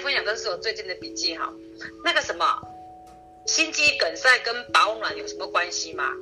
分享都是我最近的笔记哈。那个什么，心肌梗塞跟保暖有什么关系吗？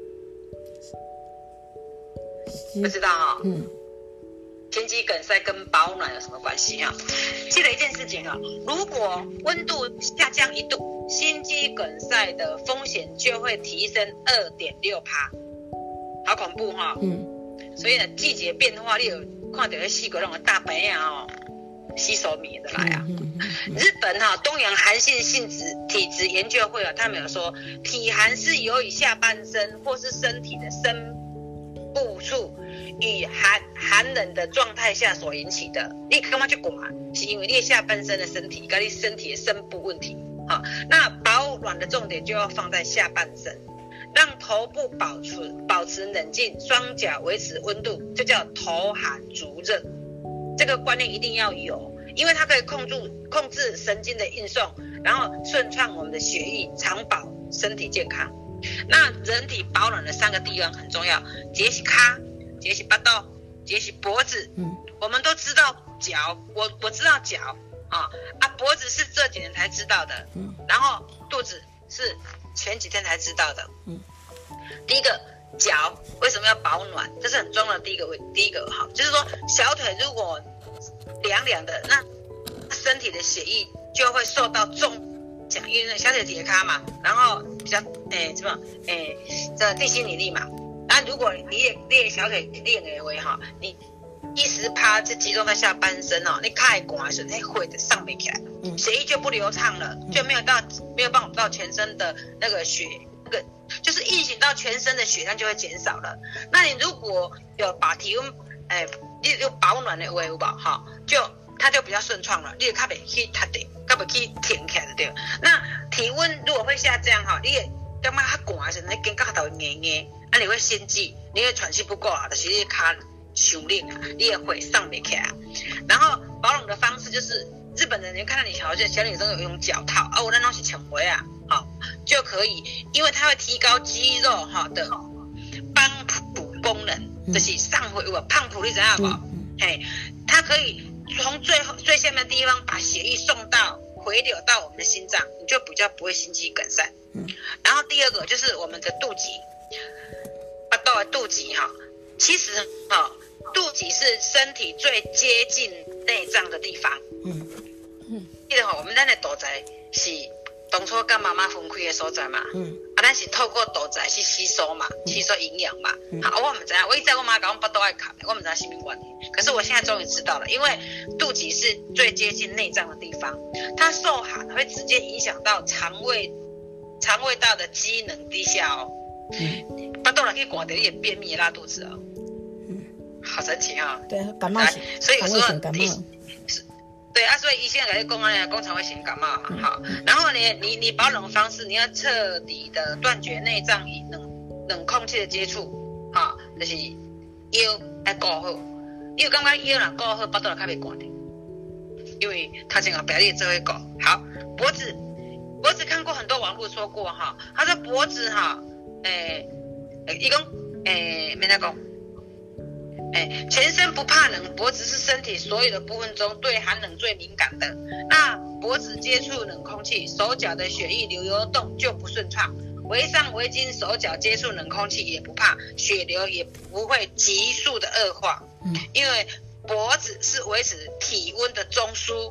不知道哈。心肌梗塞跟保暖有什么关系哈？记得一件事情哈，如果温度下降1度，心肌梗塞的风险就会提升2.6%，好恐怖哈。所以呢，季节变化，你有看到那四个那种大白呀哦，吸收米的来啊。日本哈东洋寒性体质研究会啊，他们有说，体寒是由于下半身或是身体的深部处与寒冷的状态下所引起的。你干嘛去管？是因为你下半身的身体跟你身体的深部问题。好，那保暖的重点就要放在下半身，让头部保持冷静，双脚维持温度，就叫头寒足热。这个观念一定要有，因为它可以控制神经的运送，然后顺畅我们的血液，长保身体健康。那人体保暖的3个地方很重要，这是脚，这是巴肚，这是脖子。我们都知道脚，我知道脚啊，脖子是这几年才知道的，然后肚子是前几天才知道的。第一个脚为什么要保暖？这是很重要的第一个哈，就是说小腿如果凉凉的，那身体的血液就会受到重奖，因为小腿解开嘛，然后比较这地心引力嘛。那如果你的小腿练的话哈，你10%就集中在下半身哦，你太寒时，那血就上不起来，血液就不流畅了，就没有办法到全身的那个血，就是运行到全身的血量就会减少了。那你如果有把体温，你有保暖的话有吧哈，它就比较顺畅了，你就较袂去塌地，较袂去停起来对。那体温如果会下降哈，你也感觉较寒时，你感觉头硬硬，你会心悸，你会喘气不够啊，就是你脚伤冷啊，你的血上不起来。然后保暖的方式就是日本人，你看到你小女生有用脚套啊，我那东西抢回啊，好就可以，因为它会提高肌肉哈的帮补功能，就是上回有胖脯，你知道不？它可以从最下面的地方把血液回流到我们的心脏，你就比较不会心肌梗塞。然后第二个就是我们的肚脐，到了肚脐哈，其实哈，肚脐是身体最接近内脏的地方。记得哈，我们咱的肚脐是当初跟妈妈分开的所在嘛。咱是透过肚脐去吸收嘛，吸收营养嘛。好，我唔知啊，我一直我妈讲我巴肚爱卡，我唔知什么原因。可是我现在终于知道了，因为肚脐是最接近内脏的地方，它受寒会直接影响到肠胃道的机能低下哦。巴肚可以管得也便秘拉肚子哦。好神奇啊！ 对，感冒所以有时候感冒。 对啊，所以医生跟你讲肠胃型感冒好，然后呢，你保暖的方式，你要彻底的断绝内脏与冷空气的接触，就是腰要顾好，你有感觉腰若顾好，巴肚就较袂寒的，因为头前后壁你做伙顾好。脖子看过很多网络说过哈，他说脖子哈，伊讲没那讲。全身不怕冷，脖子是身体所有的部分中对寒冷最敏感的。那脖子接触冷空气，手脚的血液流动就不顺畅。围上围巾，手脚接触冷空气也不怕，血流也不会急速的恶化。因为脖子是维持体温的中枢。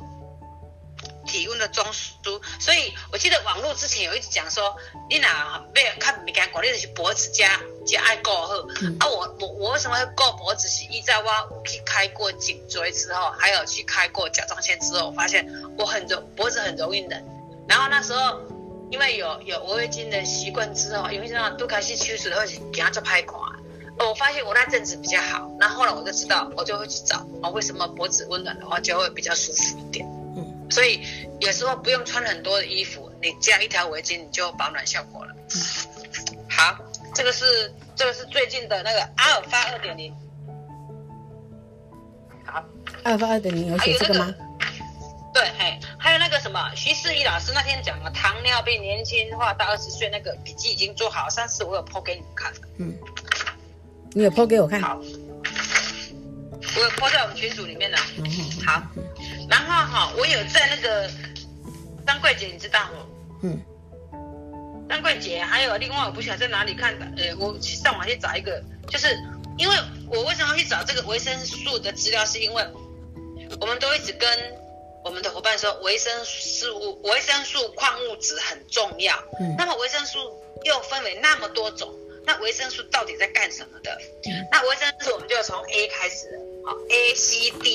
所以我记得网络之前有一直讲说，你若要看物件顾，你就是脖子加爱顾好。我为什么会顾脖子？是依照我去开过颈椎之后，还有去开过甲状腺之后，我发现脖子很容易冷。然后那时候因为有围巾的习惯之后，因为这样都开始手术，而且给他做拍看。我发现我那阵子比较好，那后来我就知道，我就会去找为什么脖子温暖的话就会比较舒服一点。所以有时候不用穿很多的衣服，你加一条围巾你就保暖效果了。好，这个是最近的那个阿尔法 2.0。好， 阿尔法 2.0 有写这个吗？ 对，还有那个什么徐世义老师那天讲了糖尿病年轻化到20岁那个笔记已经做好，上次我有 po 给你们看。 你有 po 给我看？ 好，我有 po 在我们群组里面的。好。 然后我有在那个张桂姐，你知道吗？张桂姐还有另外我不晓得在哪里看的，我上网去找一个，就是因为我为什么要去找这个维生素的资料，是因为我们都一直跟我们的伙伴说维生素矿物质很重要。那么维生素又分为那么多种，那维生素到底在干什么的？那维生素我们就从 A 开始了，A C D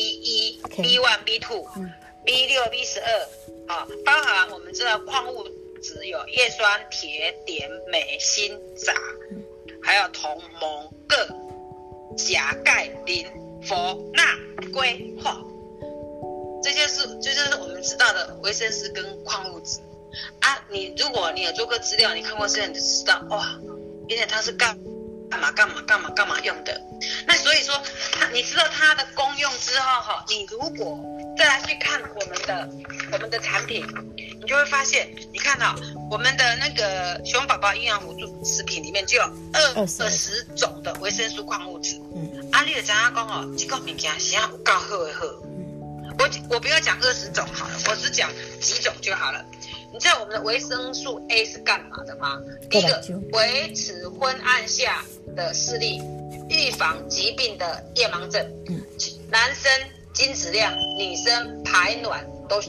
E、B1、B2、B6、B12，包含我们知道矿物质有叶酸、铁、碘、镁、锌、钾，还有铜、锰、铬、钾、钙、磷、氟、钠、硅、化，这就是我们知道的维生素跟矿物质啊。如果你有做过资料，你看过资料，你就知道哇，原来它是干嘛用的。那所以说，你知道它的功用之后你如果再来去看我们的产品，你就会发现，你看我们的那个熊宝宝营养辅助食品里面就有20种的维生素矿物质。你就知道讲这个物件是有够好的好。我不要讲20种好了，我只讲几种就好了。你知道我们的维生素 A 是干嘛的吗？第一个，维持昏暗下的视力，预防疾病的夜盲症。男生精子量，女生排卵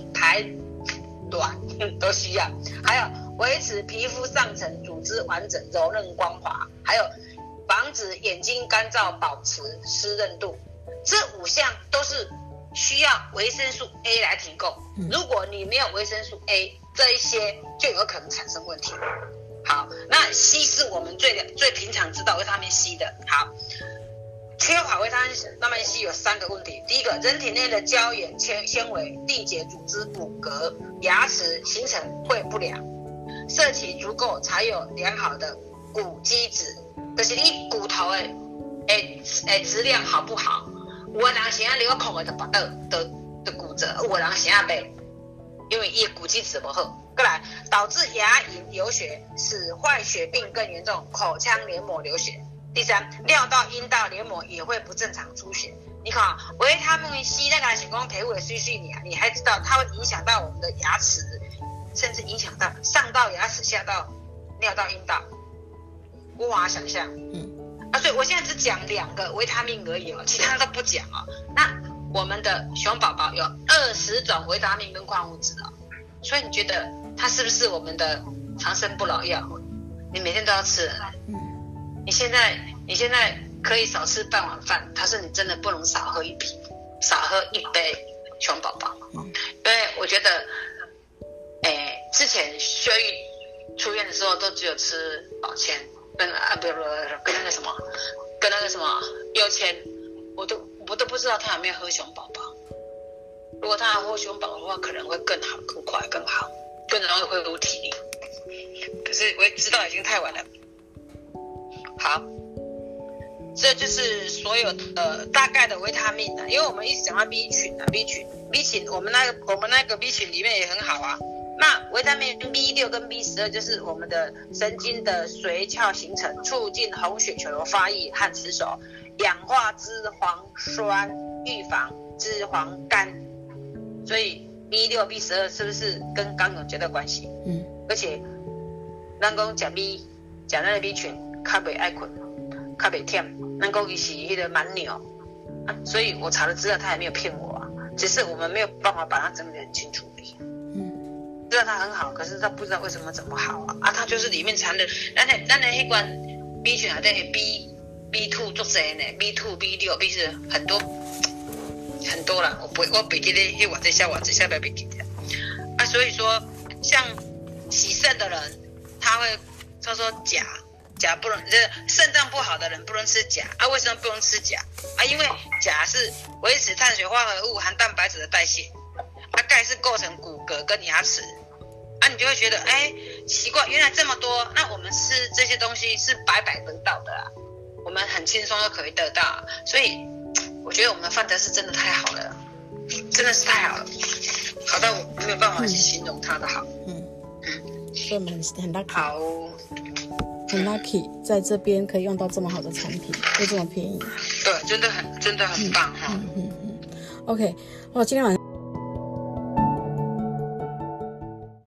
都需要。还有维持皮肤上层组织完整、柔韧光滑，还有防止眼睛干燥、保持湿润度。这5项都是需要维生素 A 来提供。如果你没有维生素 A， 这一些就有可能产生问题。好，那 C 是我们最平常知道维他命 C 的。好，缺乏维他命 C 有3个问题。第一个，人体内的胶原纤维缔结组织、骨骼、牙齿形成会不良，摄取足够才有良好的骨基质，就是你骨头的质量好不好？有的人是留空的就拔的骨折，有的人是袂，因为伊骨基质不好。再来，导致牙龈流血，使坏血病更严重，口腔黏膜流血。第3，尿道、阴道黏膜也会不正常出血。你看维他命 C 那个是讲体会水水你还知道它会影响到我们的牙齿，甚至影响到上到牙齿，下到尿道、阴道，无法想象。所以我现在只讲2个维他命而已其他都不讲那我们的熊宝宝有20种维他命跟矿物质所以你觉得它是不是我们的长生不老药？你每天都要吃你现在可以少吃半碗饭，但是你真的不能少喝一杯熊宝宝。因为我觉得之前薛玉出院的时候都只有吃保健跟那个什么优谦，我都不知道他有没有喝熊宝宝。如果他喝熊宝宝的话，可能会更好、更快、更好，更容易恢复体力。可是我也知道已经太晚了。好，这就是所有的大概的维他命因为我们一直讲到 B 群我们那个 B 群里面也很好那维他命 B6 跟 B12 就是我们的神经的髓鞘形成，促进红血球的发育和持守，氧化脂肪酸，预防脂肪肝。所以 B6、B12 是不是跟刚有绝对关系？而且咱讲吃那个 B 群，较袂爱困，较袂忝。咱讲伊是迄个蛮牛所以我查了资料，他也没有骗我只是我们没有办法把它整理得很清楚而已。知道它很好，可是他不知道为什么怎么好它就是里面藏的，咱的那罐 B 群内底 B2 足侪呢 ，B2、B6、B4 很多啦，我笔记的迄偌济下边笔记的所以说像洗肾的人，他说钾不能，肾脏不好的人不能吃钾为什么不能吃钾因为钾是维持碳水化合物含蛋白质的代谢钙是构成骨骼跟牙齿你就会觉得奇怪，原来这么多，那我们吃这些东西是白白得到的我们很轻松就可以得到所以我觉得我们的范德是真的太好了，真的是太好了，好到我没有办法去形容它的好所以我们很 lucky， 好很 lucky 在这边可以用到这么好的产品又这么便宜， 对，真的很棒 OK， 今天晚上